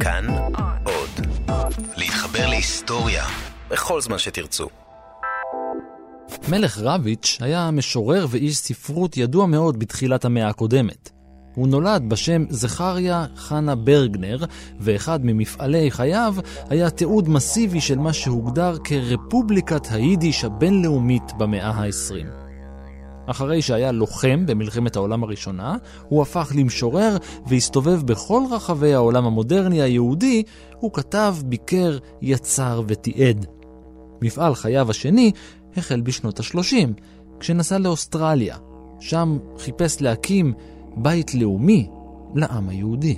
כאן עוד. להתחבר להיסטוריה בכל זמן שתרצו. מלך רביץ' היה משורר ואיש ספרות ידוע מאוד בתחילת המאה הקודמת. הוא נולד בשם זכריה חנה ברגנר, ואחד ממפעלי חייו היה תיעוד מסיבי של מה שהוגדר כרפובליקת היידיש הבינלאומית במאה ה-20. אחרי שהיה לוחם במלחמת העולם הראשונה, הוא הפך למשורר והסתובב בכל רחבי העולם המודרני היהודי. הוא כתב, ביקר, יצר ותיעד. מפעל חייו השני החל בשנות ה-30, כשנסע לאוסטרליה. שם חיפש להקים בית לאומי לעם היהודי.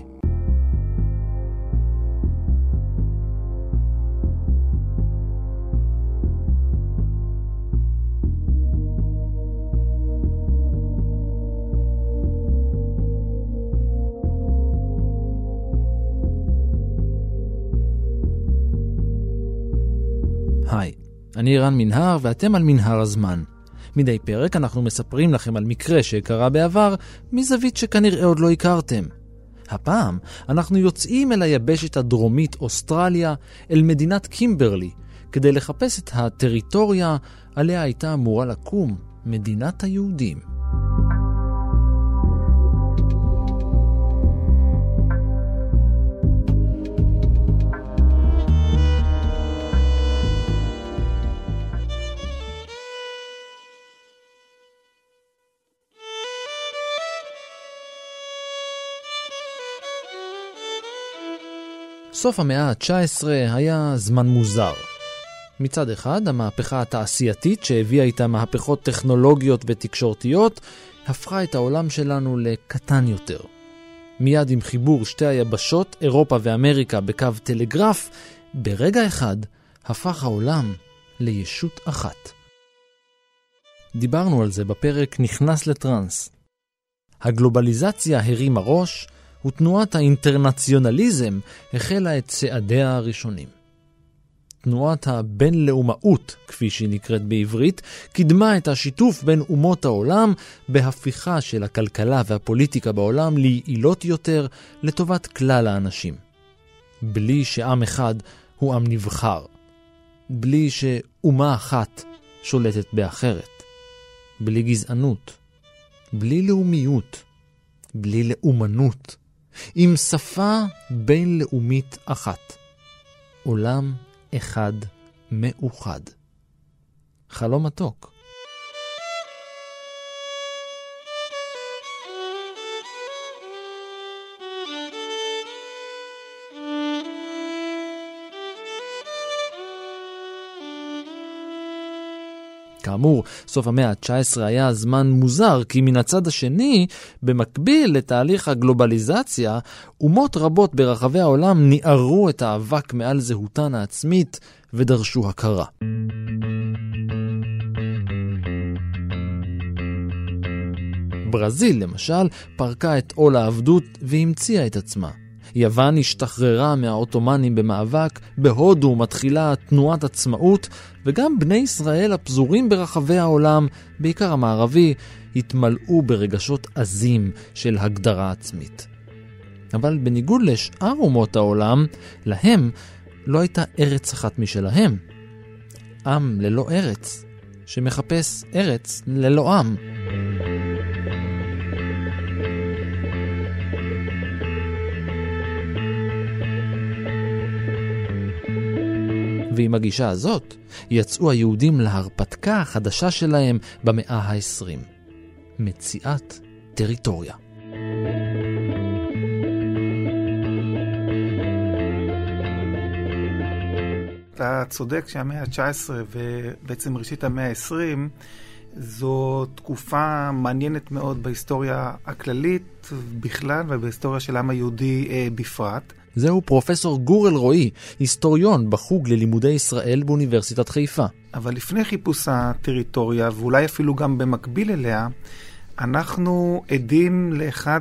היי, אני רן מנהר ואתם על מנהר הזמן. מדי פרק אנחנו מספרים לכם על מקרה שקרה בעבר מזווית שכנראה עוד לא הכרתם. הפעם אנחנו יוצאים אל היבשת הדרומית אוסטרליה, אל מדינת קימברלי, כדי לחפש את הטריטוריה עליה הייתה אמורה לקום מדינת היהודים. סוף המאה ה-19 היה זמן מוזר. מצד אחד, המהפכה התעשייתית שהביאה איתה מהפכות טכנולוגיות ותקשורתיות, הפכה את העולם שלנו לקטן יותר. מיד עם חיבור שתי היבשות, אירופה ואמריקה בקו טלגרף, ברגע אחד הפך העולם לישות אחת. דיברנו על זה בפרק נכנס לטרנס. הגלובליזציה הרימה ראש, ותנועת האינטרנציונליזם החלה את צעדיה הראשונים. תנועת הבינלאומאות, כפי שהיא נקראת בעברית, קידמה את השיתוף בין אומות העולם בהפיכה של הכלכלה והפוליטיקה בעולם ליעילות יותר לטובת כלל האנשים. בלי שעם אחד הוא עם נבחר. בלי שאומה אחת שולטת באחרת. בלי גזענות. בלי לאומיות. בלי לאומנות. עם שפה בינלאומית אחת. עולם אחד מאוחד. חלום מתוק. כאמור, סוף המאה ה-19 היה זמן מוזר, כי מן הצד השני, במקביל לתהליך הגלובליזציה, אומות רבות ברחבי העולם ניערו את האבק מעל זהותן העצמית ודרשו הכרה. ברזיל, למשל, פרקה את עול העבדות והמציאה את עצמה. יוון השתחררה מהאוטומנים במאבק, בהודו מתחילה תנועת עצמאות, וגם בני ישראל הפזורים ברחבי העולם, בעיקר המערבי, התמלאו ברגשות עזים של הגדרה עצמית. אבל בניגוד לשאר אומות העולם, להם לא הייתה ארץ אחת משלהם. עם ללא ארץ, שמחפש ארץ ללא עם. ועם הגישה הזאת יצאו היהודים להרפתקה החדשה שלהם במאה ה-20. מציאת טריטוריה. אתה צודק שהמאה ה-19 ובעצם ראשית המאה ה-20 זו תקופה מעניינת מאוד בהיסטוריה הכללית בכלל ובהיסטוריה של העם היהודי בפרט. זהו פרופסור גור אלרועי, היסטוריון בחוג ללימודי ישראל באוניברסיטת חיפה. אבל לפני חיפוש הטריטוריה, ואולי אפילו גם במקביל אליה, אנחנו עדים לאחד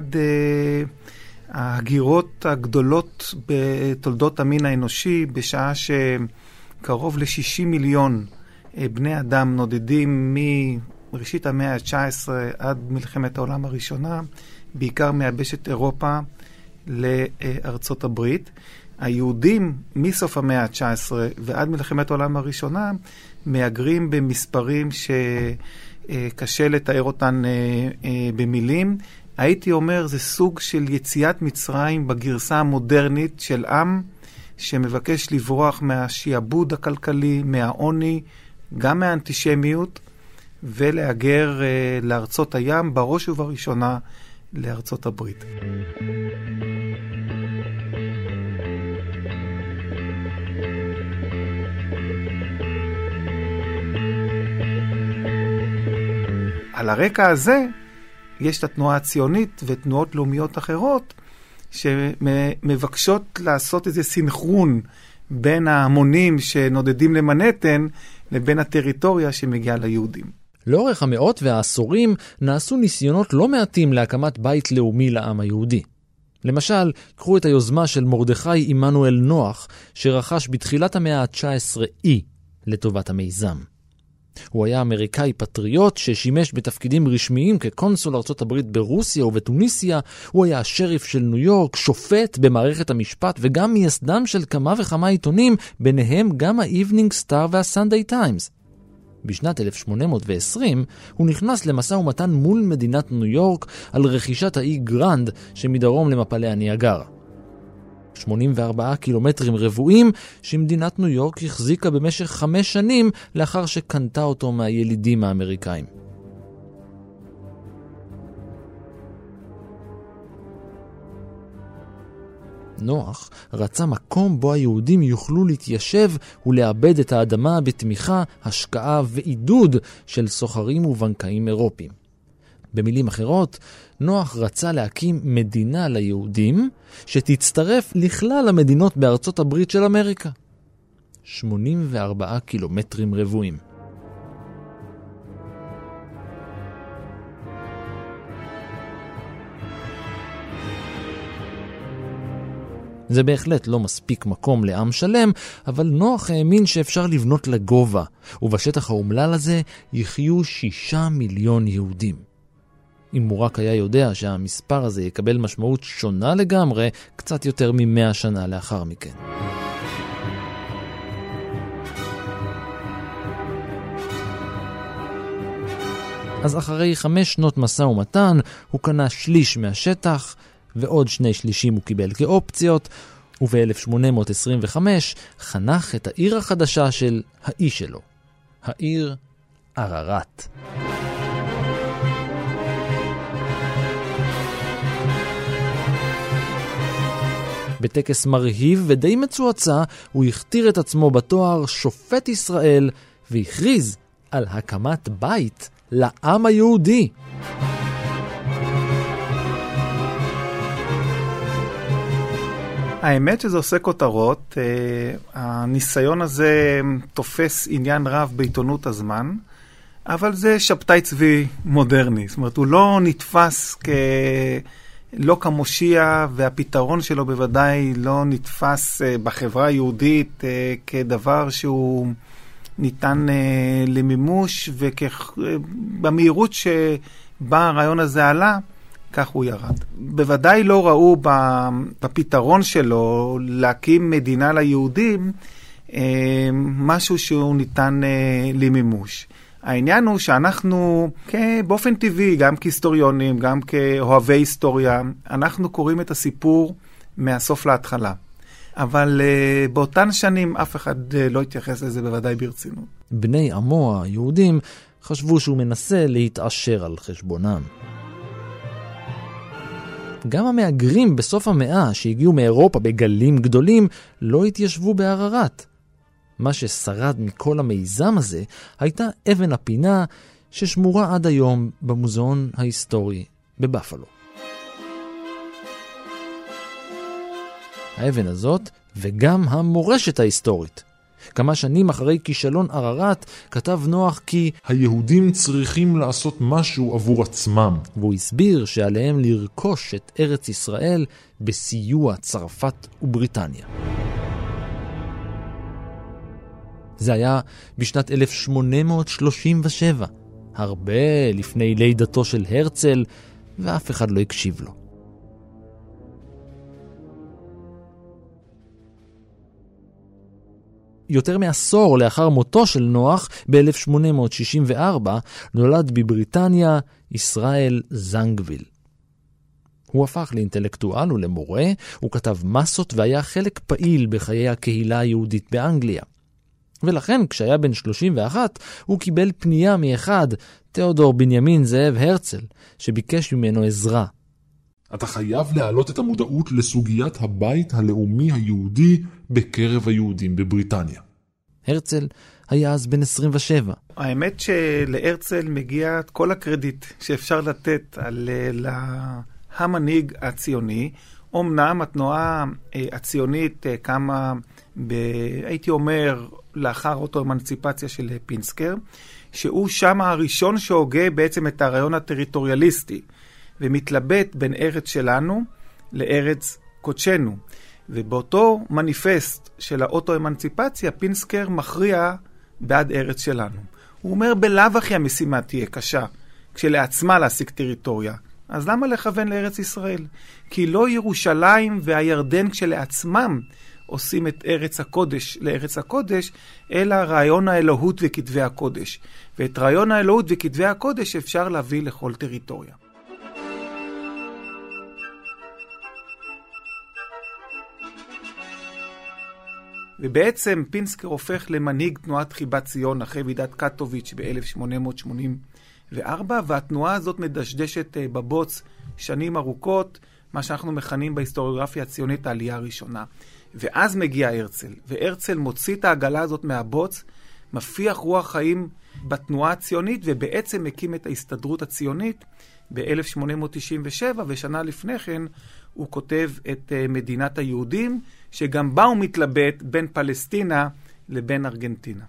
ההגירות הגדולות בתולדות המין האנושי, בשעה שקרוב ל-60 מיליון בני אדם נודדים מראשית המאה ה-19 עד מלחמת העולם הראשונה, בעיקר מיבשת אירופה, לארצות הברית. היהודים מסוף המאה ה-19 ועד מלחמת העולם הראשונה מהגרים במספרים שקשה לתאר אותן במילים. הייתי אומר, זה סוג של יציאת מצרים בגרסה המודרנית של עם שמבקש לברוח מהשיעבוד הכלכלי, מהעוני, גם מהאנטישמיות, ולהגר לארצות הים, בראש ובראשונה לארצות הברית. על הרקע הזה יש את התנועה הציונית ותנועות לאומיות אחרות שמבקשות לעשות איזה סינכרון בין ההמונים שנודדים למנהטן לבין הטריטוריה שמגיעה ליהודים. לאורך המאות והעשורים נעשו ניסיונות לא מעטים להקמת בית לאומי לעם היהודי. למשל, קחו את היוזמה של מרדכי עמנואל נוח, שרכש בתחילת המאה ה-19 לטובת המיזם. הוא היה אמריקאי פטריוט ששימש בתפקידים רשמיים כקונסול ארצות הברית ברוסיה ובטוניסיה. הוא היה השריף של ניו יורק, שופט במערכת המשפט וגם מייסדם של כמה וכמה עיתונים, ביניהם גם האיבנינג סטאר והסנדיי טיימס. בשנת 1820 הוא נכנס למשא ומתן מול מדינת ניו יורק על רכישת האי גרנד שמדרום למפלי הניאגרה. 84 קילומטרים רבועים שמדינת ניו יורק החזיקה במשך 5 שנים לאחר שקנתה אותו מהילידים האמריקאים. נוח רצה מקום בו היהודים יוכלו להתיישב ולאבד את האדמה בתמיכה, השקעה ועידוד של סוחרים ובנקאים אירופיים. במילים אחרות, נוח רצה להקים מדינה ליהודים שתצטרף לכלל המדינות בארצות הברית של אמריקה. 84 קילומטרים רבועים. זה בהחלט לא מספיק מקום לעם שלם, אבל נוח האמין שאפשר לבנות לגובה, ובשטח האומלל הזה יחיו 6 מיליון יהודים. אם הוא רק היה יודע שהמספר הזה יקבל משמעות שונה לגמרי, קצת יותר מ100 שנה לאחר מכן. אז אחרי 5 שנות מסע ומתן, הוא קנה שליש מהשטח, ועוד 2/3 הוא קיבל כאופציות, וב-1825 חנך את העיר החדשה של האיש שלו, העיר ערערת. בטקס מרהיב ודי מצועצע הוא הכתיר את עצמו בתואר שופט ישראל והכריז על הקמת בית לעם היהודי. האמת שזה עושה כותרות, הניסיון הזה תופס עניין רב בעיתונות הזמן, אבל זה שבתאי צבי מודרני, זאת אומרת הוא לא נתפס לא כמושיע, והפתרון שלו בוודאי לא נתפס בחברה היהודית כדבר שהוא ניתן למימוש, ובמהירות שבה הרעיון הזה עלה, כך הוא ירד. בוודאי לא ראו בפתרון שלו להקים מדינה ליהודים משהו שהוא ניתן למימוש. העניין הוא שאנחנו באופן טבעי, גם כהיסטוריונים, גם כאוהבי היסטוריה, אנחנו קוראים את הסיפור מהסוף להתחלה. אבל באותן שנים אף אחד לא התייחס לזה בוודאי ברצינות. בני עמו היהודים חשבו שהוא מנסה להתעשר על חשבונם. גם המהגרים בסוף המאה שהגיעו מאירופה בגלים גדולים לא התיישבו בערערת. מה ששרד מכל המיזם הזה הייתה אבן הפינה ששמורה עד היום במוזיאון ההיסטורי בבאפלו. האבן הזאת וגם המורשת ההיסטורית. כמה שנים אחרי כישלון ערערת כתב נוח כי היהודים צריכים לעשות משהו עבור עצמם. והוא הסביר שעליהם לרכוש את ארץ ישראל בסיוע צרפת ובריטניה. זה היה בשנת 1837, הרבה לפני לידתו של הרצל, ואף אחד לא הקשיב לו. יותר מעשור לאחר מותו של נוח, ב-1864, נולד בבריטניה ישראל זנגוויל. הוא הפך לאינטלקטואל ולמורה, הוא כתב מסות והיה חלק פעיל בחיי הקהילה היהודית באנגליה. ולכן, כשהיה בן 31, הוא קיבל פנייה מאחד, תיאודור בנימין זאב הרצל, שביקש ממנו עזרה. אתה חייב להעלות את המודעות לסוגיית הבית הלאומי היהודי בקרב היהודים בבריטניה. הרצל היה אז בן 27. האמת שלהרצל מגיע את כל הקרדיט שאפשר לתת על המנהיג הציוני. אמנם התנועה הציונית קמה, הייתי אומר, לאחר אותו אמנציפציה של פינסקר, שהוא שם הראשון שהוגה בעצם את הרעיון הטריטוריאליסטי, ומתלבט בין ארץ שלנו לארץ קודשנו. ובאותו מניפסט של האוטו-אמנציפציה, פינסקר מכריע בעד ארץ שלנו. הוא אומר, בלאו הכי המשימה תהיה קשה, כשלעצמה להשיג טריטוריה. אז למה לכוון לארץ ישראל? כי לא ירושלים והירדן כשלעצמם עושים את ארץ הקודש לארץ הקודש, אלא רעיון האלוהות וכתבי הקודש. ואת רעיון האלוהות וכתבי הקודש אפשר להביא לכל טריטוריה. ובעצם פינסקר הופך למנהיג תנועת חיבת ציון אחרי ועידת קטוביץ' ב-1884, והתנועה הזאת מדשדשת בבוץ שנים ארוכות, מה שאנחנו מכנים בהיסטוריוגרפיה הציונית העלייה הראשונה. ואז מגיע הרצל, והרצל מוציא את העגלה הזאת מהבוץ, מפיח רוח חיים בתנועה הציונית, ובעצם מקים את ההסתדרות הציונית ב-1897, ושנה לפני כן הוא כותב את מדינת היהודים, שגם בה הוא מתלבט בין פלסטינה לבין ארגנטינה.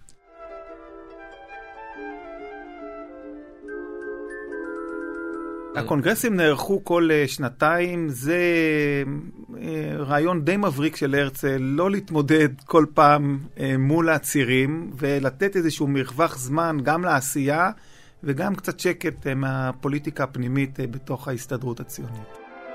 הקונגרסים נערכו כל שנתיים, זה רעיון די מבריק של הרצל, לא להתמודד כל פעם מול הצירים, ולתת איזשהו מרווח זמן גם לעשייה, וגם קצת שקט מהפוליטיקה הפנימית בתוך ההסתדרות הציונית.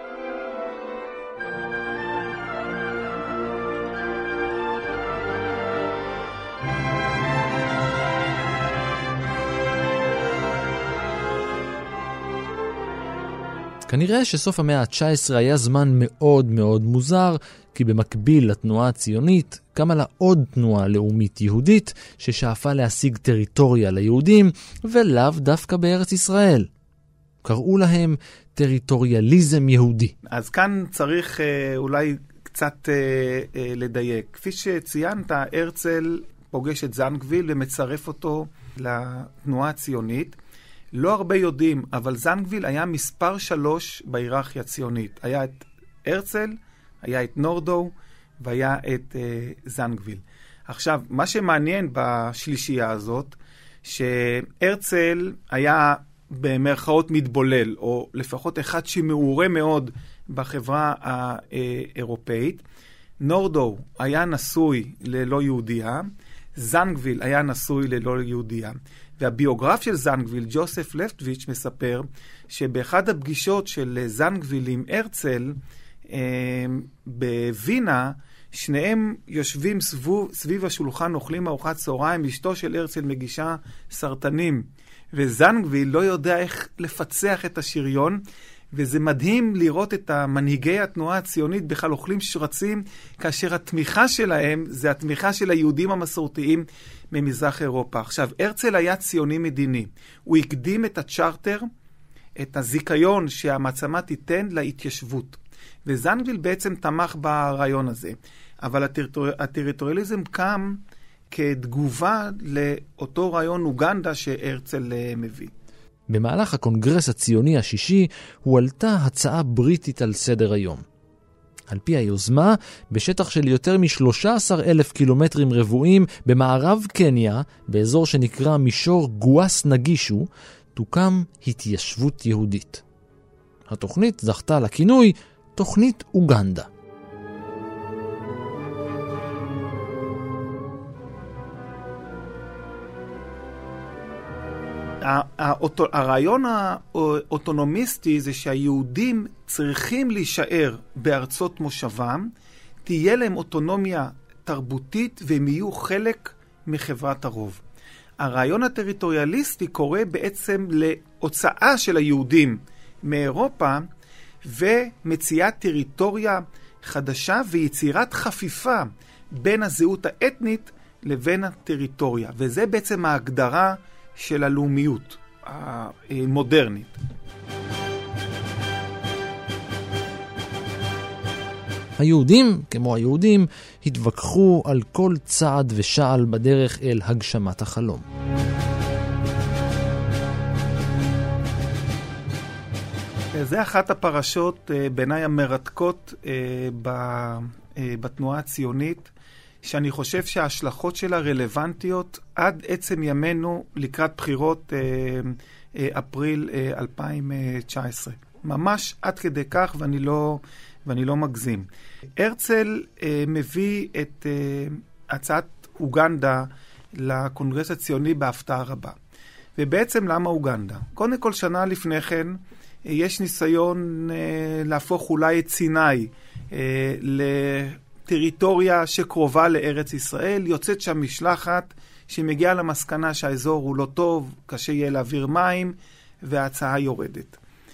כנראה שסוף המאה ה-19 היה זמן מאוד מאוד מוזר, כי במקביל לתנועה הציונית קמה לה עוד תנועה לאומית יהודית ששאפה להשיג טריטוריה ליהודים, ולאו דווקא בארץ ישראל. קראו להם טריטוריאליזם יהודי. אז כאן צריך אולי קצת לדייק. כפי שציינת, הרצל פוגש את זנגוויל ומצרף אותו לתנועה הציונית. לא הרבה יודעים, אבל זנגוויל היה מספר 3 בהיררכיה הציונית. היה את הרצל, היה את נורדאו, והיה את זנגוויל. עכשיו, מה שמעניין בשלישייה הזאת, שהרצל היה במרכאות מתבולל, או לפחות אחד שמעורה מאוד בחברה האירופאית. נורדאו היה נשוי ללא יהודייה, זנגוויל היה נשוי ללא יהודייה. והביוגרף של זנגוויל, ג'וסף לפטוויץ', מספר שבאחד הפגישות של זנגוויל עם הרצל בווינה, שניהם יושבים סביב השולחן, אוכלים ארוחת צהריים, אשתו של הרצל מגישה סרטנים, וזנגוויל לא יודע איך לפצח את השריון, וזה מדהים לראות את מנהיגי התנועה הציונית בכלל אוכלים שרצים, כאשר התמיכה שלהם זה התמיכה של היהודים המסורתיים ממזרח אירופה. עכשיו, הרצל היה ציוני מדיני. הוא הקדים את הצ'רטר, את הזיכיון שהמעצמה תיתן להתיישבות. וזנגוויל בעצם תמך ברעיון הזה. אבל הטריטוריאליזם קם כתגובה לאותו רעיון אוגנדה שהרצל מביא. במהלך הקונגרס הציוני השישי הועלתה הצעה בריטית על סדר היום. על פי היוזמה, בשטח של יותר מ-13,000 קילומטרים רבועים במערב קניה, באזור שנקרא מישור גואס נגישו, תוקם התיישבות יהודית. התוכנית זכתה לכינוי תוכנית אוגנדה. הרעיון האוטונומיסטי זה שהיהודים צריכים להישאר בארצות מושבם, תהיה להם אוטונומיה תרבותית והם יהיו חלק מחברת הרוב. הרעיון הטריטוריאליסטי קורא בעצם להוצאה של היהודים מאירופה ומציאת טריטוריה חדשה ויצירת חפיפה בין הזהות האתנית לבין הטריטוריה. וזה בעצם ההגדרה של הלאומיות המודרנית. היהודים, כמו היהודים, התווכחו על כל צעד ושעל בדרך אל הגשמת החלום. זה אחת הפרשות בעיניי המרתקות בתנועה הציונית, שאני חושב שההשלכות שלה רלוונטיות עד עצם ימינו לקראת בחירות אפריל 2019. ממש עד כדי כך, ואני לא מגזים. הרצל מביא את הצעת אוגנדה לקונגרס הציוני בהפתעה רבה. ובעצם למה אוגנדה? קודם כל שנה לפני כן יש ניסיון להפוך אולי את סיני לטריטוריה שקרובה לארץ ישראל. יוצאת שם משלחת שמגיעה למסקנה שהאזור הוא לא טוב, קשה יהיה להעביר מים, וההצעה יורדת.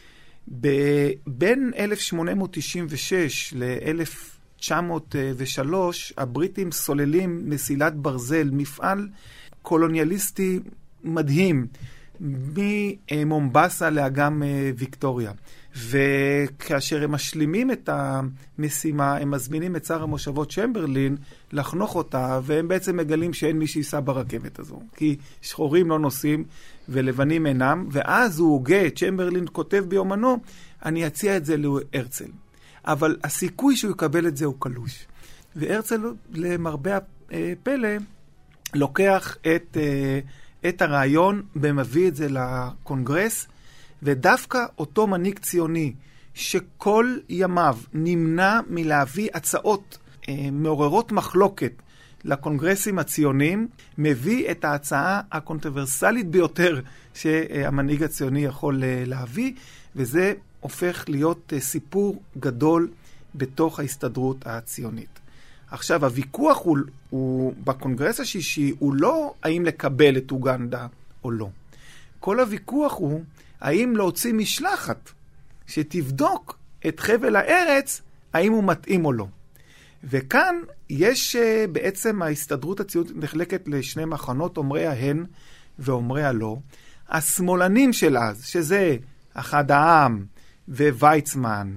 בין 1896 ל-1903 הבריטים סוללים מסילת ברזל, מפעל קולוניאליסטי מדהים, ממומבסה לאגם ויקטוריה. וכאשר הם משלימים את המשימה, הם מזמינים את שר המושבות צ'מברלין לחנוך אותה, והם בעצם מגלים שאין מי שייסע ברכבת הזו, כי שחורים לא נוסעים ולבנים אינם, ואז הוא הוגה, צ'מברלין כותב ביומנו, אני אציע את זה להרצל. אבל הסיכוי שהוא יקבל את זה הוא קלוש. והרצל, למרבה הפלא, לוקח את הרעיון ומביא את זה לקונגרס, ודווקא אותו מנהיג ציוני שכל ימיו נמנע מלהביא הצעות מעוררות מחלוקת לקונגרסים הציוניים, מביא את ההצעה הקונטרוברסלית ביותר שהמנהיג הציוני יכול להביא, וזה הופך להיות סיפור גדול בתוך ההסתדרות הציונית. עכשיו, הוויכוח הוא בקונגרס השישי הוא לא האם לקבל את אוגנדה או לא. כל הוויכוח הוא האם להוציא משלחת שתבדוק את חבל הארץ, האם הוא מתאים או לא. וכאן יש בעצם ההסתדרות הציונית נחלקת לשני מחנות, אומרי ההן ואומרי הלא. השמאלנים של אז, שזה אחד העם וויצמן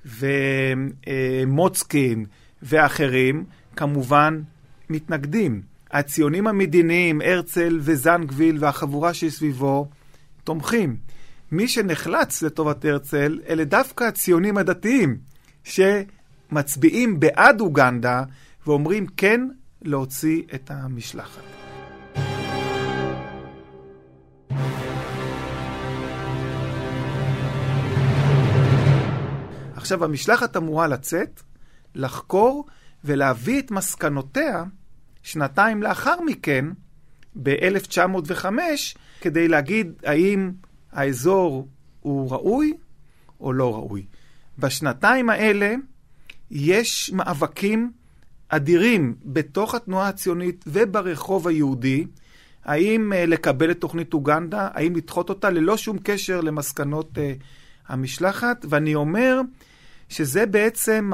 ומוצקין ואחרים, כמובן מתנגדים. הציונים המדיניים, הרצל וזנגוויל והחבורה שסביבו, תומכים. מי שנחלץ לטובת הרצל, אלה דווקא הציונים הדתיים, שמצביעים בעד אוגנדה, ואומרים כן להוציא את המשלחת. עכשיו, המשלחת אמורה לצאת, לחקור ולהביא את מסקנותיה שנתיים לאחר מכן, ב-1905, כדי להגיד האם האזור הוא ראוי או לא ראוי. בשנתיים האלה יש מאבקים אדירים בתוך התנועה הציונית וברחוב היהודי, האם לקבל את תוכנית אוגנדה, האם לדחות אותה ללא שום קשר למסקנות המשלחת, ואני אומר שזה בעצם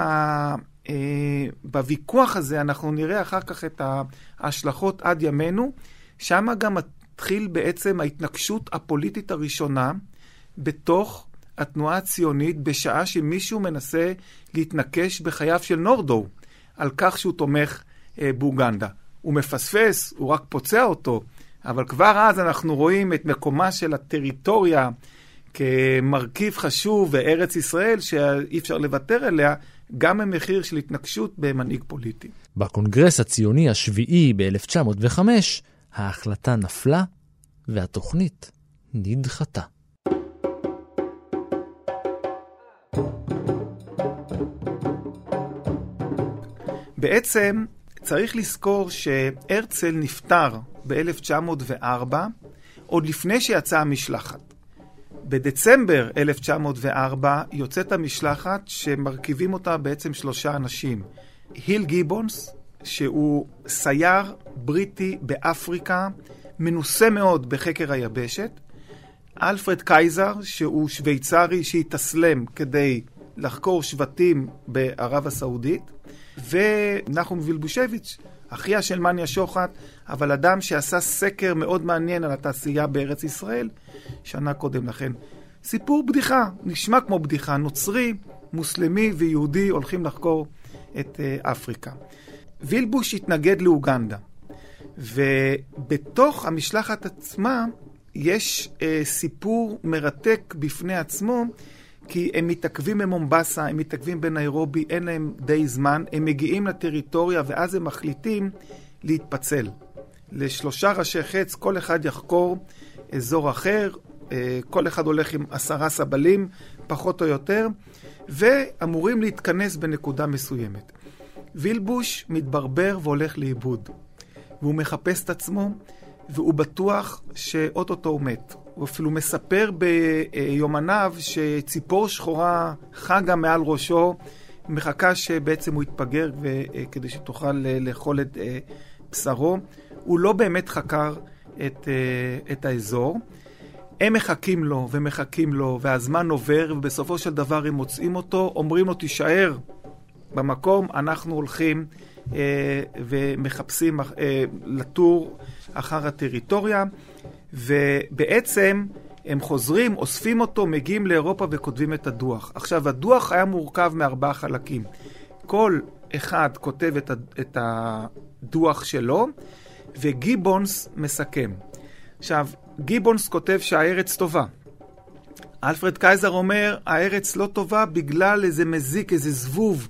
בוויכוח הזה אנחנו נראה אחר כך את ההשלכות עד ימינו, שם גם מתחיל בעצם ההתנגשות הפוליטית הראשונה בתוך התנועה הציונית, בשעה שמישהו מנסה להתנקש בחייו של נורדו על כך שהוא תומך באוגנדה. הוא מפספס, הוא רק פוצע אותו, אבל כבר אז אנחנו רואים את מקומה של הטריטוריה כמרכיב חשוב בארץ ישראל שאי אפשר לוותר עליה, גם במחיר של התנגשות במנהיג פוליטי. בקונגרס הציוני השביעי ב-1905 ההחלטה נפלה והתוכנית נדחתה. בעצם צריך לזכור שהרצל נפטר ב-1904 עוד לפני שיצאה המשלחת. בדצמבר 1904 יוצאת המשלחת שמרכיבים אותה בעצם 3 אנשים. היל גיבונס, שהוא סייר בריטי באפריקה, מנוסה מאוד בחקר היבשת, אלפרד קייזר, שהוא שוויצרי שהתאסלם כדי לחקור שבטים בערב הסעודית, ונחום וילבושביץ', אחיה של מניה שוחט, אבל אדם שעשה סקר מאוד מעניין על התעשייה בארץ ישראל, שנה קודם לכן. סיפור בדיחה, נשמע כמו בדיחה, נוצרי, מוסלמי ויהודי הולכים לחקור את אפריקה. וילבוש התנגד לאוגנדה, ובתוך המשלחת עצמה יש סיפור מרתק בפני עצמו, כי הם מתעכבים ממומבסה, הם מתעכבים בניירובי, אין להם די זמן, הם מגיעים לטריטוריה ואז הם מחליטים להתפצל. לשלושה ראשי חץ, כל אחד יחקור אזור אחר, כל אחד הולך עם 10 סבלים, פחות או יותר, ואמורים להתכנס בנקודה מסוימת. וילבוש מתברבר והולך לאיבוד, והוא מחפש את עצמו, והוא בטוח שאוטוטו הוא מת. הוא אפילו מספר ביומניו שציפור שחורה חגה מעל ראשו, מחכה שבעצם הוא יתפגר כדי שתוכל לאכול את בשרו. הוא לא באמת חקר את האזור. הם מחכים לו ומחכים לו, והזמן עובר, ובסופו של דבר הם מוצאים אותו, אומרים לו תישאר במקום, אנחנו הולכים ומחפשים לטור אחר הטריטוריה, ובעצם הם חוזרים, אוספים אותו, מגיעים לאירופה וכותבים את הדוח. עכשיו, הדוח היה מורכב מ4 חלקים. כל אחד כותב את הדוח שלו, וגיבונס מסכם. עכשיו, גיבונס כותב שהארץ טובה. אלפרד קייזר אומר, הארץ לא טובה בגלל איזה מזיק, איזה זבוב,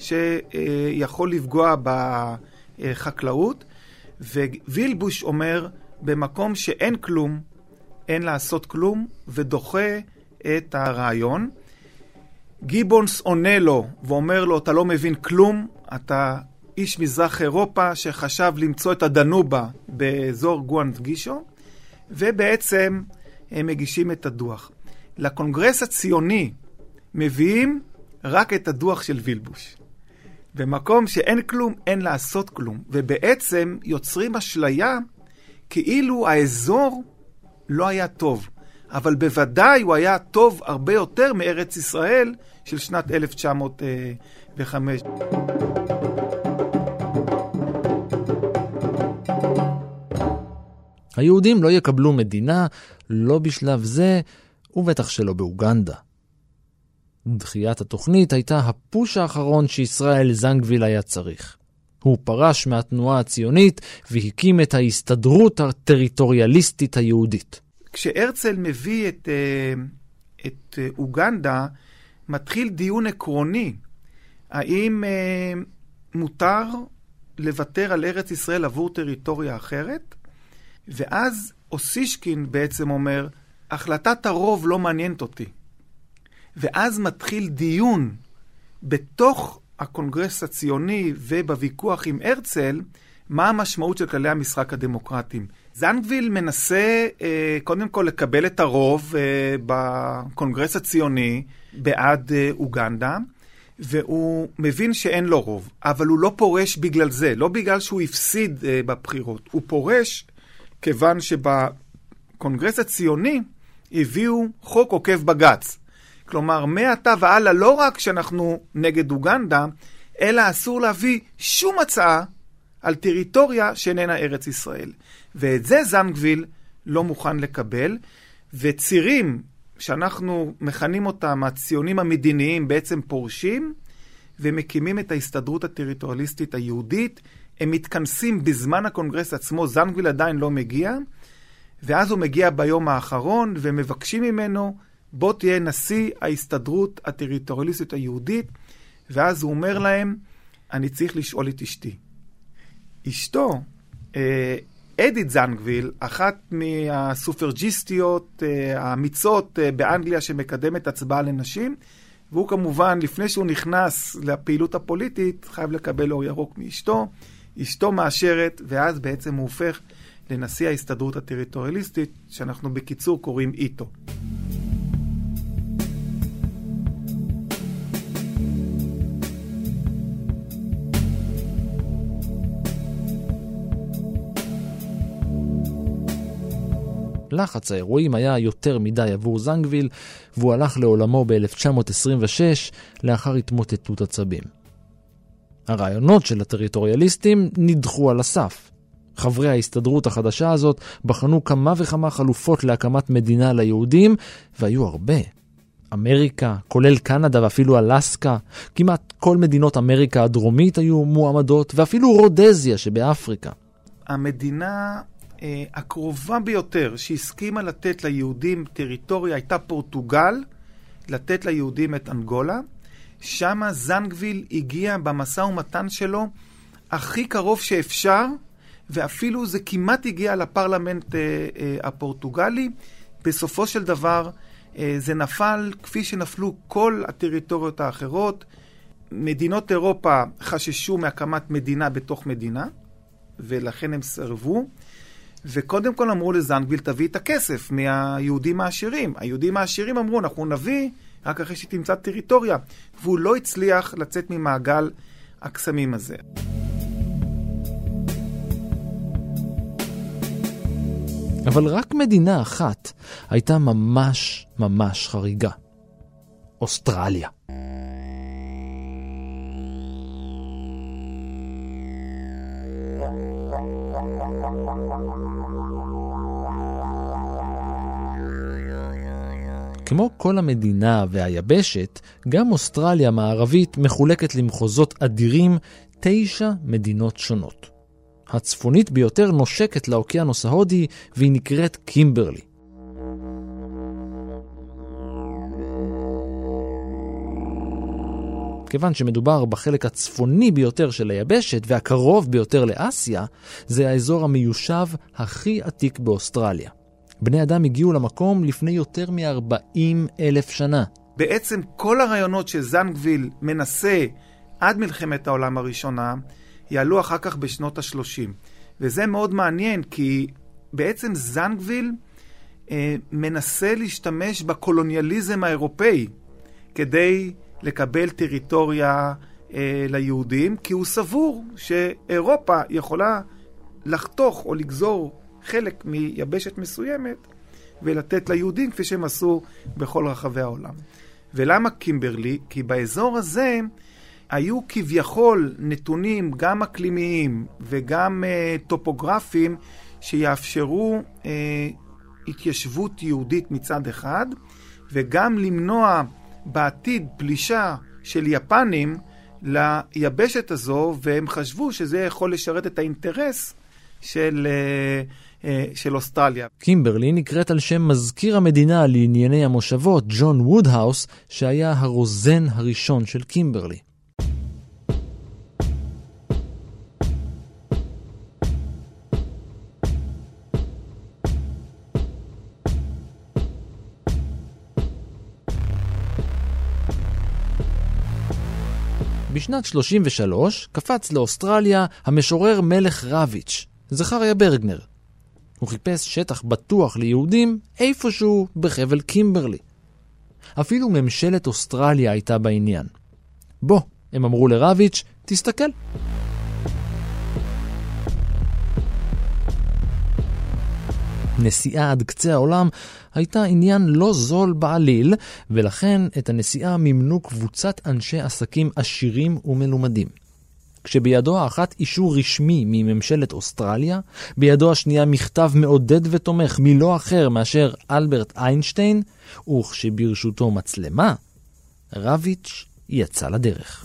שיכול לפגוע בחקלאות, ווילבוש אומר, במקום שאין כלום, אין לעשות כלום, ודוחה את הרעיון. גיבונס עונה לו, ואומר לו, אתה לא מבין כלום, אתה איש מזרח אירופה, שחשב למצוא את הדנובה, באזור גואנט גישו, ובעצם הם מגישים את הדוח. לקונגרס הציוני, מביאים רק את הדוח של וילבוש. במקום שאין כלום, אין לעשות כלום. ובעצם יוצרים אשליה כאילו האזור לא היה טוב. אבל בוודאי הוא היה טוב הרבה יותר מארץ ישראל של שנת 1905. היהודים לא יקבלו מדינה, לא בשלב זה, ובטח שלא באוגנדה. דחיית התוכנית הייתה הפוש האחרון שישראל זנגוויל היה צריך. הוא פרש מהתנועה הציונית והקים את ההסתדרות הטריטוריאליסטית היהודית. כשהרצל מביא את אוגנדה, מתחיל דיון עקרוני. האם מותר לוותר על ארץ ישראל עבור טריטוריה אחרת? ואז אוסישקין בעצם אומר, החלטת הרוב לא מעניינת אותי. ואז מתחיל דיון בתוך הקונגרס הציוני ובוויכוח עם הרצל, מה המשמעות של כללי המשחק הדמוקרטיים. זנגוויל מנסה קודם כל לקבל את הרוב בקונגרס הציוני בעד אוגנדה, והוא מבין שאין לו רוב, אבל הוא לא פורש בגלל זה, לא בגלל שהוא הפסיד בבחירות, הוא פורש כיוון שבקונגרס הציוני הביאו חוק עוקף בגץ. כלומר, מעתה והלאה לא רק שאנחנו נגד אוגנדה, אלא אסור להביא שום הצעה על טריטוריה שאיננה ארץ ישראל. ואת זה זנגוויל לא מוכן לקבל, וצירים שאנחנו מכנים אותם, הציונים המדיניים, בעצם פורשים, ומקימים את ההסתדרות הטריטוריאליסטית היהודית. הם מתכנסים בזמן הקונגרס עצמו, זנגוויל עדיין לא מגיע, ואז הוא מגיע ביום האחרון, ומבקשים ממנו, בוא תהיה נשיא ההסתדרות הטריטוריאליסטית היהודית, ואז הוא אומר להם, אני צריך לשאול את אשתי. אשתו, אדית זנגוויל, אחת מהסופרג'יסטיות האמיצות באנגליה שמקדמת הצבעה לנשים, והוא כמובן, לפני שהוא נכנס לפעילות הפוליטית, חייב לקבל אור ירוק מאשתו. אשתו מאשרת, ואז בעצם הוא הופך לנשיא ההסתדרות הטריטוריאליסטית, שאנחנו בקיצור קוראים איתו. לחץ האירועים היה יותר מדי עבור זנגוויל, והוא הלך לעולמו ב-1926 לאחר התמוטטות עצבים. הרעיונות של הטריטוריאליסטים נדחו על הסף. חברי ההסתדרות החדשה הזאת בחנו כמה וכמה חלופות להקמת מדינה ליהודים, והיו הרבה. אמריקה, כולל קנדה ואפילו אלסקה, כמעט כל מדינות אמריקה הדרומית היו מועמדות, ואפילו רודזיה שבאפריקה. המדינה הקרובה ביותר שהסכימה לתת ליהודים טריטוריה הייתה פורטוגל, לתת ליהודים את אנגולה. שם זנגוויל הגיע במשא ומתן שלו הכי קרוב שאפשר, ואפילו זה כמעט הגיע לפרלמנט הפורטוגלי. בסופו של דבר זה נפל כפי שנפלו כל הטריטוריות האחרות. מדינות אירופה חששו מהקמת מדינה בתוך מדינה, ולכן הם סרבו. וקודם כל אמרו לזנגוויל, תביא את הכסף מהיהודים העשירים. היהודים העשירים אמרו, אנחנו נביא רק אחרי שתמצא טריטוריה. והוא לא הצליח לצאת ממעגל הקסמים הזה. אבל רק מדינה אחת הייתה ממש ממש חריגה. אוסטרליה. כמו כל המדינה והיבשת, גם אוסטרליה המערבית מחולקת למחוזות אדירים, 9 מדינות שונות. הצפונית ביותר נושקת לאוקיינוס ההודי, והיא נקראת קימברלי. כיוון שמדובר בחלק הצפוני ביותר של היבשת והקרוב ביותר לאסיה, זה האזור המיושב הכי עתיק באוסטרליה. בני אדם הגיעו למקום לפני יותר מ-40,000 שנה. בעצם כל הרעיונות שזנגוויל מנסה עד מלחמת העולם הראשונה, יעלו אחר כך בשנות ה-30. וזה מאוד מעניין, כי בעצם זנגוויל מנסה להשתמש בקולוניאליזם האירופאי, כדי לקבל טריטוריה ליהודים, כי הוא סבור שאירופה יכולה לחתוך או לגזור חלק מיבשת מסוימת, ולתת ליהודים כפי שהם עשו בכל רחבי העולם. ולמה קימברלי? כי באזור הזה היו כביכול נתונים גם אקלימיים וגם טופוגרפיים שיאפשרו התיישבות יהודית מצד אחד, וגם למנוע בעתיד פלישה של יפנים ליבשת הזו, והם חשבו שזה יכול לשרת את האינטרס של אוסטרליה. קימברלי נקראת על שם מזכיר המדינה לענייני המושבות, ג'ון וודהאוס, שהיה הרוזן הראשון של קימברלי. בשנת 33 קפץ לאוסטרליה המשורר מלך רביץ', זכריה ברגנר. הוא חיפש שטח בטוח ליהודים איפשהו בחבל קימברלי. אפילו ממשלת אוסטרליה הייתה בעניין. בוא, הם אמרו לרביץ', תסתכל. נסיעה עד קצה העולם הייתה עניין לא זול בעליל, ולכן את הנסיעה מימנו קבוצת אנשי עסקים עשירים ומלומדים. כשבידו האחת אישור רשמי מממשלת אוסטרליה, בידו השנייה מכתב מעודד ותומך מלא אחר מאשר אלברט איינשטיין, וכשברשותו מצלמה, רביץ' יצא לדרך.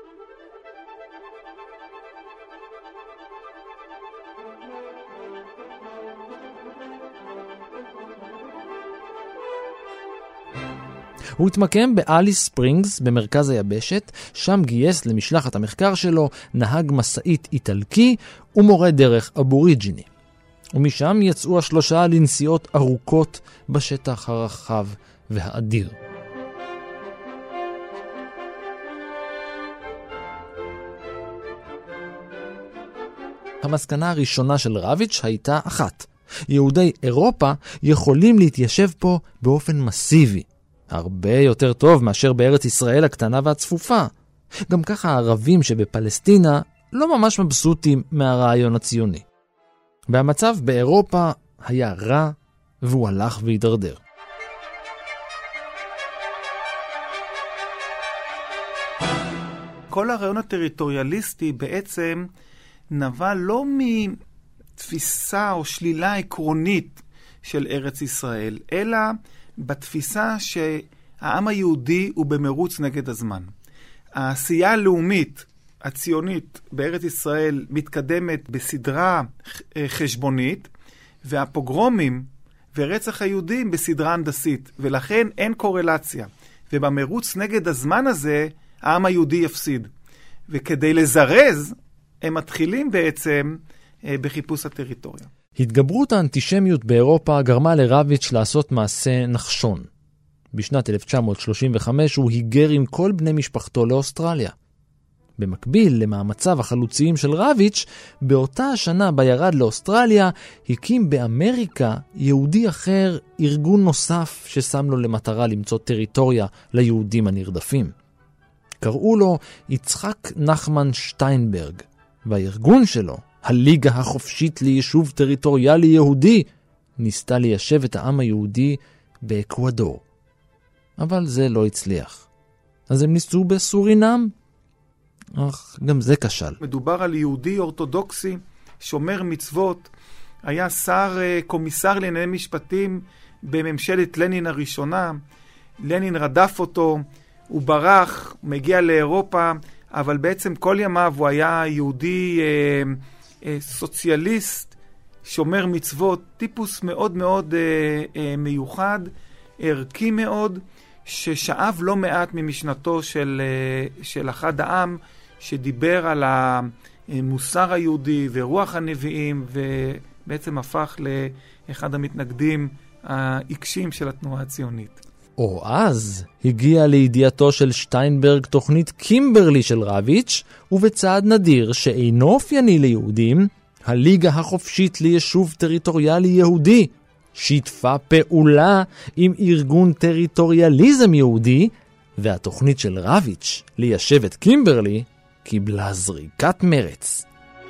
הוא התמקם באליס ספרינגס במרכז היבשת, שם גייס למשלחת המחקר שלו נהג מסעית איטלקי ומורה דרך אבוריג'יני. ומשם יצאו השלושה לנסיעות ארוכות בשטח הרחב והאדיר. המסקנה הראשונה של רביץ' הייתה אחת: יהודי אירופה יכולים להתיישב פה באופן מסיבי. הרבה יותר טוב מאשר בארץ ישראל הקטנה והצפופה. גם ככה הערבים שבפלסטינה לא ממש מבסוטים מהרעיון הציוני. והמצב באירופה היה רע והוא הלך והידרדר. כל הרעיון הטריטוריאליסטי בעצם נבע לא מתפיסה או שלילה עקרונית של ארץ ישראל, אלא בתפיסה שהעם היהודי הוא במרוץ נגד הזמן. העשייה הלאומית, הציונית בארץ ישראל מתקדמת בסדרה חשבונית, והפוגרומים ורצח היהודים בסדרה הנדסית, ולכן אין קורלציה. ובמרוץ נגד הזמן הזה, העם היהודי יפסיד. וכדי לזרז, הם מתחילים בעצם בחיפוש הטריטוריה. התגברות האנטישמיות באירופה גרמה לרביץ' לעשות מעשה נחשון. בשנת 1935 הוא היגר עם כל בני משפחתו לאוסטרליה. במקביל למאמציו החלוציים של רביץ', באותה השנה בה ירד לאוסטרליה, הקים באמריקה יהודי אחר ארגון נוסף ששם לו למטרה למצוא טריטוריה ליהודים הנרדפים. קראו לו יצחק נחמן שטיינברג, והארגון שלו, הליגה החופשית ליישוב טריטוריאלי יהודי, ניסתה ליישב את העם היהודי באקוודור. אבל זה לא הצליח. אז הם ניסו בסורינם, אך גם זה כשל. מדובר על יהודי אורתודוקסי, שומר מצוות, היה קומיסר לענייני משפטים בממשלת לנין הראשונה. לנין רדף אותו, הוא ברח, מגיע לאירופה, אבל בעצם כל ימיו הוא היה יהודי סוציאליסט, שומר מצוות, טיפוס מאוד מאוד מיוחד, ערכי מאוד, ששאב לא מעט ממשנתו של אחד העם, שדיבר על המוסר היהודי ורוח הנביאים, ובעצם הפך לאחד המתנגדים העיקשים של התנועה הציונית. או אז הגיע לידיעתו של שטיינברג תוכנית קימברלי של רביץ', ובצעד נדיר שאינו אופייני ליהודים, הליגה החופשית ליישוב טריטוריאלי יהודי שיתפה פעולה עם ארגון טריטוריאליזם יהודי, והתוכנית של רביץ' ליישב את קימברלי קיבלה זריקת מרץ.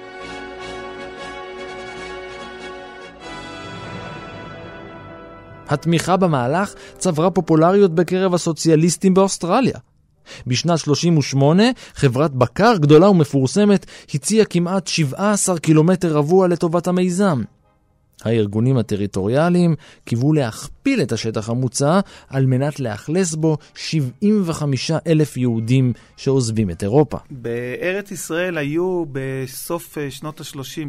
התמיכה במהלך צברה פופולריות בקרב הסוציאליסטים באוסטרליה. בשנת 38, חברת בקר גדולה ומפורסמת הציעה כמעט 17 קילומטר רבוע לטובת המיזם. הארגונים הטריטוריאליים קיוו להכפיל את השטח המוצע על מנת לאכלס בו 75,000 יהודים שעוזבים את אירופה. בארץ ישראל היו בסוף שנות ה-30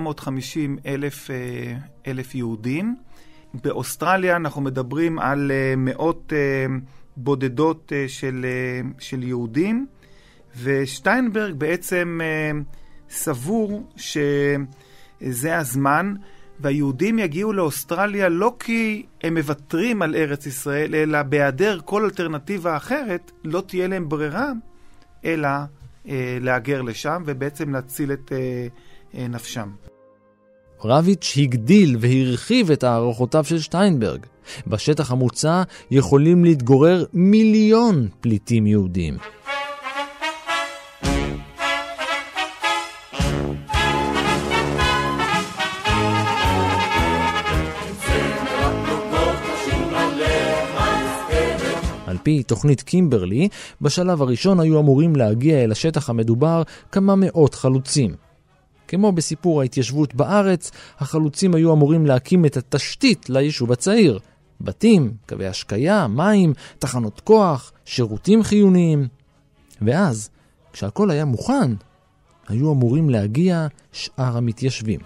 כ-450,000 יהודים. באוסטרליה אנחנו מדברים על מאות בודדות של יהודים, ושטיינברג בעצם סבור שזה הזמן, והיהודים יגיעו לאוסטרליה לא כי הם מוותרים על ארץ ישראל, אלא בהיעדר כל אלטרנטיבה אחרת, לא תהיה להם ברירה, אלא להגר לשם ובעצם להציל את נפשם. רביץ' הגדיל והרחיב את הערכותיו של שטיינברג. בשטח המוצע יכולים להתגורר 1,000,000 פליטים יהודים. על פי תוכנית קימברלי, בשלב הראשון היו אמורים להגיע אל השטח המדובר כמה מאות חלוצים. כמו בסיפור ההתיישבות בארץ, החלוצים היו אמורים להקים את התשתית ליישוב הצעיר. בתים, קווי השקיה, מים, תחנות כוח, שירותים חיוניים. ואז, כשהכל היה מוכן, היו אמורים להגיע שאר המתיישבים.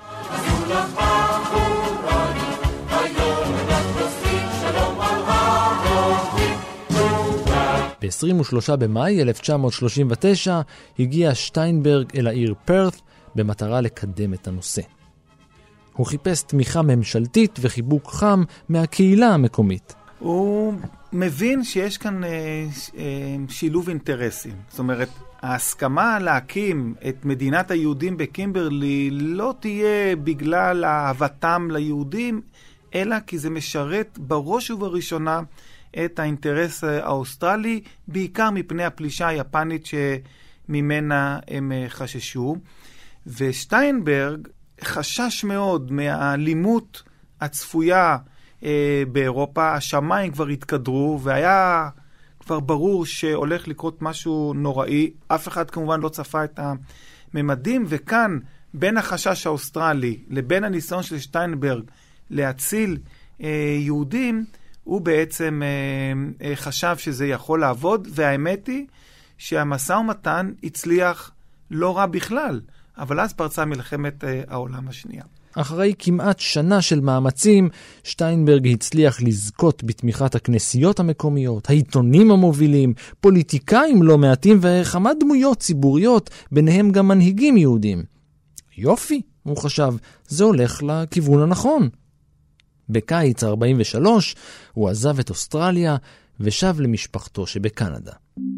ב-23 במאי 1939 הגיע שטיינברג אל העיר פרת במטרה לקדם את הנושא. הוא חיפש תמיכה ממשלתית וחיבוק חם מהקהילה המקומית. הוא מבין שיש כאן שילוב אינטרסים. זאת אומרת, ההסכמה להקים את מדינת היהודים בקימברלי לא תהיה בגלל אהבתם ליהודים, אלא כי זה משרת בראש ובראשונה את האינטרס האוסטרלי, בעיקר מפני הפלישה היפנית שממנה הם חששו. ושטיינברג חשש מאוד מהאלימות הצפויה באירופה, השמיים כבר התקדרו, והיה כבר ברור שהולך לקרות משהו נוראי. אף אחד כמובן לא צפה את הממדים, וכאן בין החשש האוסטרלי לבין הניסיון של שטיינברג להציל יהודים, הוא בעצם חשב שזה יכול לעבוד, והאמת היא שהמשא ומתן הצליח לא רע בכלל, אבל אז פרצה מלחמת העולם השנייה. אחרי כמעט שנה של מאמצים, שטיינברג הצליח לזכות בתמיכת הכנסיות המקומיות, העיתונים המובילים, פוליטיקאים לא מעטים וכמה דמויות ציבוריות, ביניהם גם מנהיגים יהודים. יופי, הוא חשב, זה הולך לכיוון הנכון. בקיץ 43 הוא עזב את אוסטרליה ושב למשפחתו שבקנדה.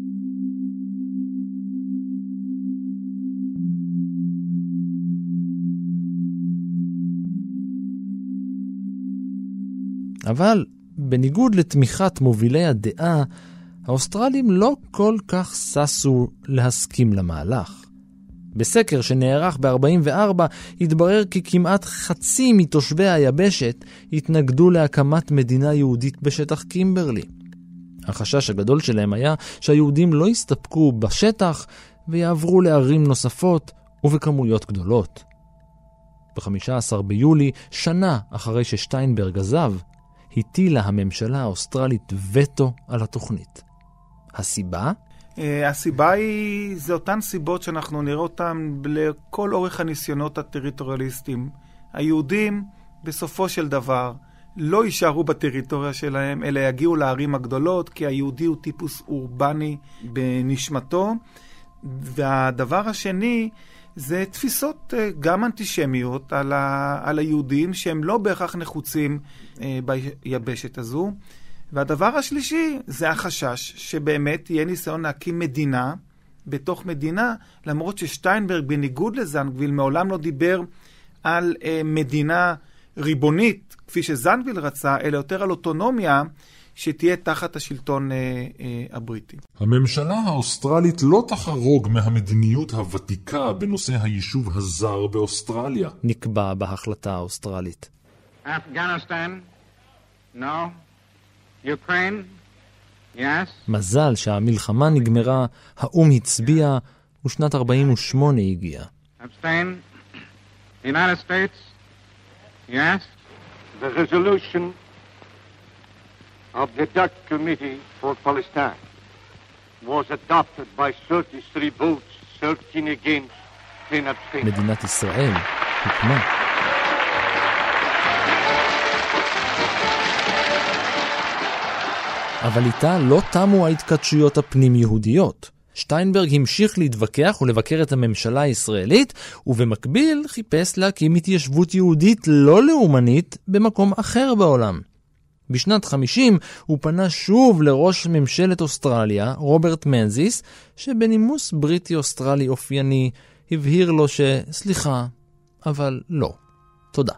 אבל בניגוד לתמיכת מובילי הדעה, האוסטרלים לא כל כך ססו להסכים למהלך. בסקר שנערך ב-44 התברר כי כמעט חצי מתושבי היבשת התנגדו להקמת מדינה יהודית בשטח קימברלי. החשש הגדול שלהם היה שהיהודים לא יסתפקו בשטח ויעברו לערים נוספות ובכמויות גדולות. ב-15 ביולי, שנה אחרי ששטיינברג עזב, הטילה הממשלה האוסטרלית וטו על התוכנית. הסיבה? הסיבה היא, זה אותן סיבות שאנחנו נראה אותן לכל אורך הניסיונות הטריטוריאליסטיים. היהודים בסופו של דבר לא יישארו בטריטוריה שלהם, אלא יגיעו לערים הגדולות, כי היהודי הוא טיפוס אורבני בנשמתו. והדבר השני זה תפיסות גם אנטישמיות על היהודים שהם לא בהכרח נחוצים ביבשת הזו. והדבר השלישי זה החשש שבאמת יהיה ניסיון להקים מדינה בתוך מדינה, למרות ששטיינברג בניגוד לזנגוויל מעולם לא דיבר על מדינה ריבונית כפי שזנגוויל רצה, אלא יותר על אוטונומיה שתהיה תחת השלטון הבריטי. הממשלה האוסטרלית לא תחרוג מהמדיניות הוותיקה בנושא היישוב הזר באוסטרליה. נקבע בהחלטה האוסטרלית. Afghanistan? No. Ukraine? Yes. מזל שהמלחמה נגמרה, האום הצביע ושנת 48 הגיעה. Abstain? United States? Yes. The resolution of the Dutch Committee for Palestine was adopted by 33 votes, 13 against, 10 abstain. מדינת ישראל הוקמה. אבל איתה לא תמו ההתכתשויות הפנים-יהודיות. שטיינברג המשיך להתווכח ולבקר את הממשלה הישראלית, ובמקביל חיפש להקים התיישבות יהודית לא לאומנית במקום אחר בעולם. בשנת 50 הוא פנה שוב לראש ממשלת אוסטרליה, רוברט מנזיס, שבנימוס בריטי-אוסטרלי אופייני הבהיר לו שסליחה, אבל לא. תודה.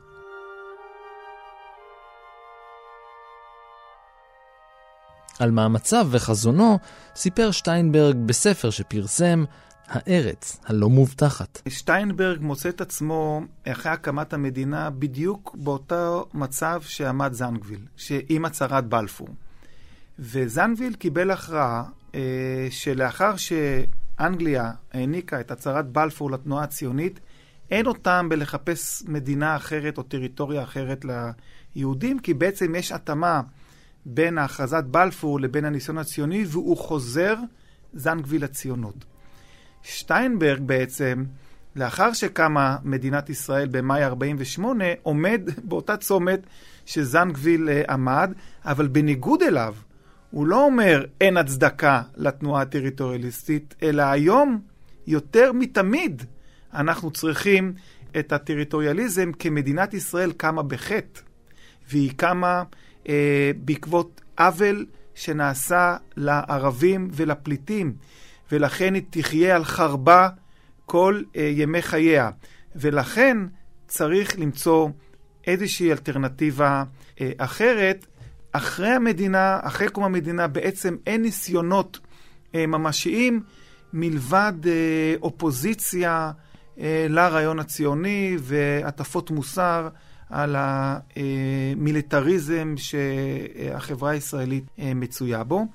על מאמציו וחזונו סיפר שטיינברג בספר שפרסם, הארץ הלא מובטחת. שטיינברג מוצא את עצמו אחרי הקמת המדינה בדיוק באותו מצב שעמד זנגוויל, עם הצהרת בלפור. וזנגוויל קיבל הכרעה שלאחר שאנגליה העניקה את הצהרת בלפור לתנועה הציונית, אין אותם בלחפש מדינה אחרת או טריטוריה אחרת ליהודים, כי בעצם יש התאמה בין ההכרזת בלפור לבין הניסיון הציוני, והוא חוזר זנגוויל לציונות. שטיינברג בעצם, לאחר שקמה מדינת ישראל במאי 48, עומד באותה צומת שזנגוויל עמד, אבל בניגוד אליו, הוא לא אומר אין הצדקה לתנועה הטריטוריאליסטית, אלא היום יותר מתמיד אנחנו צריכים את הטריטוריאליזם, כמדינת ישראל קמה בחטא, והיא קמה בעקבות עוול שנעשה לערבים ולפליטים, ולכן היא תחיה על חרבה כל ימי חייה, ולכן צריך למצוא איזושהי אלטרנטיבה אחרת. אחרי המדינה, אחרי קום המדינה, בעצם אין ניסיונות ממשיים מלבד אופוזיציה לרעיון הציוני והטפות מוסר על המיליטריזם שהחברה הישראלית מצויה בו.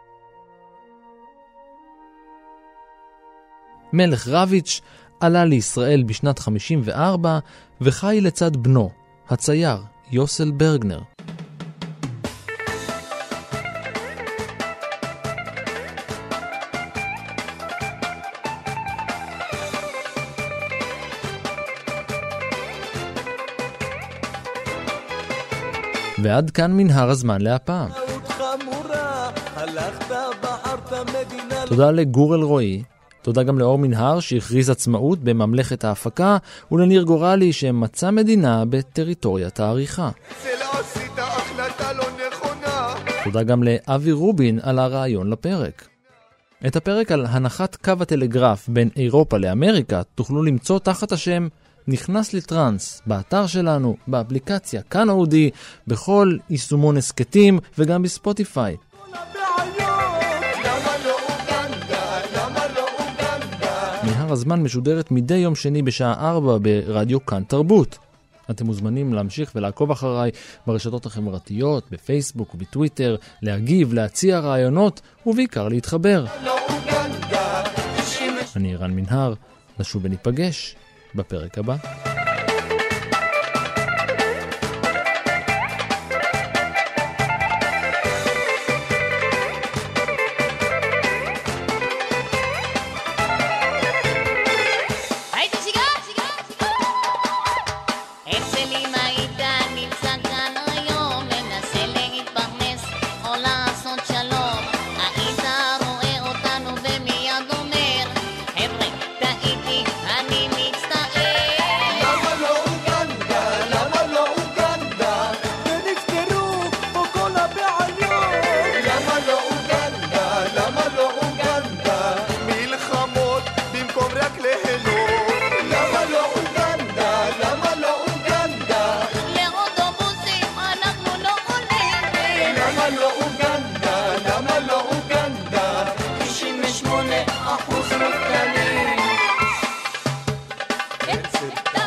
מלך רביץ' עלה לישראל בשנת 54 וחי לצד בנו, הצייר יוסל ברגנר. ועד כאן מנהר הזמן להפעם. תודה לגור אלרועי, תודה גם לאור מנהר שהכריז עצמאות בממלכת ההפקה, ולניר גורלי שמצא מדינה בטריטוריית העריכה. תודה גם לאבי רובין על הרעיון לפרק. את הפרק על הנחת קו הטלגרף בין אירופה לאמריקה תוכלו למצוא תחת השם נכנס לטרנס, באתר שלנו, באפליקציה כאן אודי, בכל יישומון הסקטים וגם בספוטיפיי. מנהר הזמן משודרת מדי יום שני בשעה 4 ברדיו כאן תרבות. אתם מוזמנים להמשיך ולעקוב אחריי ברשתות החברתיות, בפייסבוק ובטוויטר, להגיב, להציע רעיונות ובעיקר להתחבר. אני ערן מנהר, נשוב וניפגש בפרק הבא. It's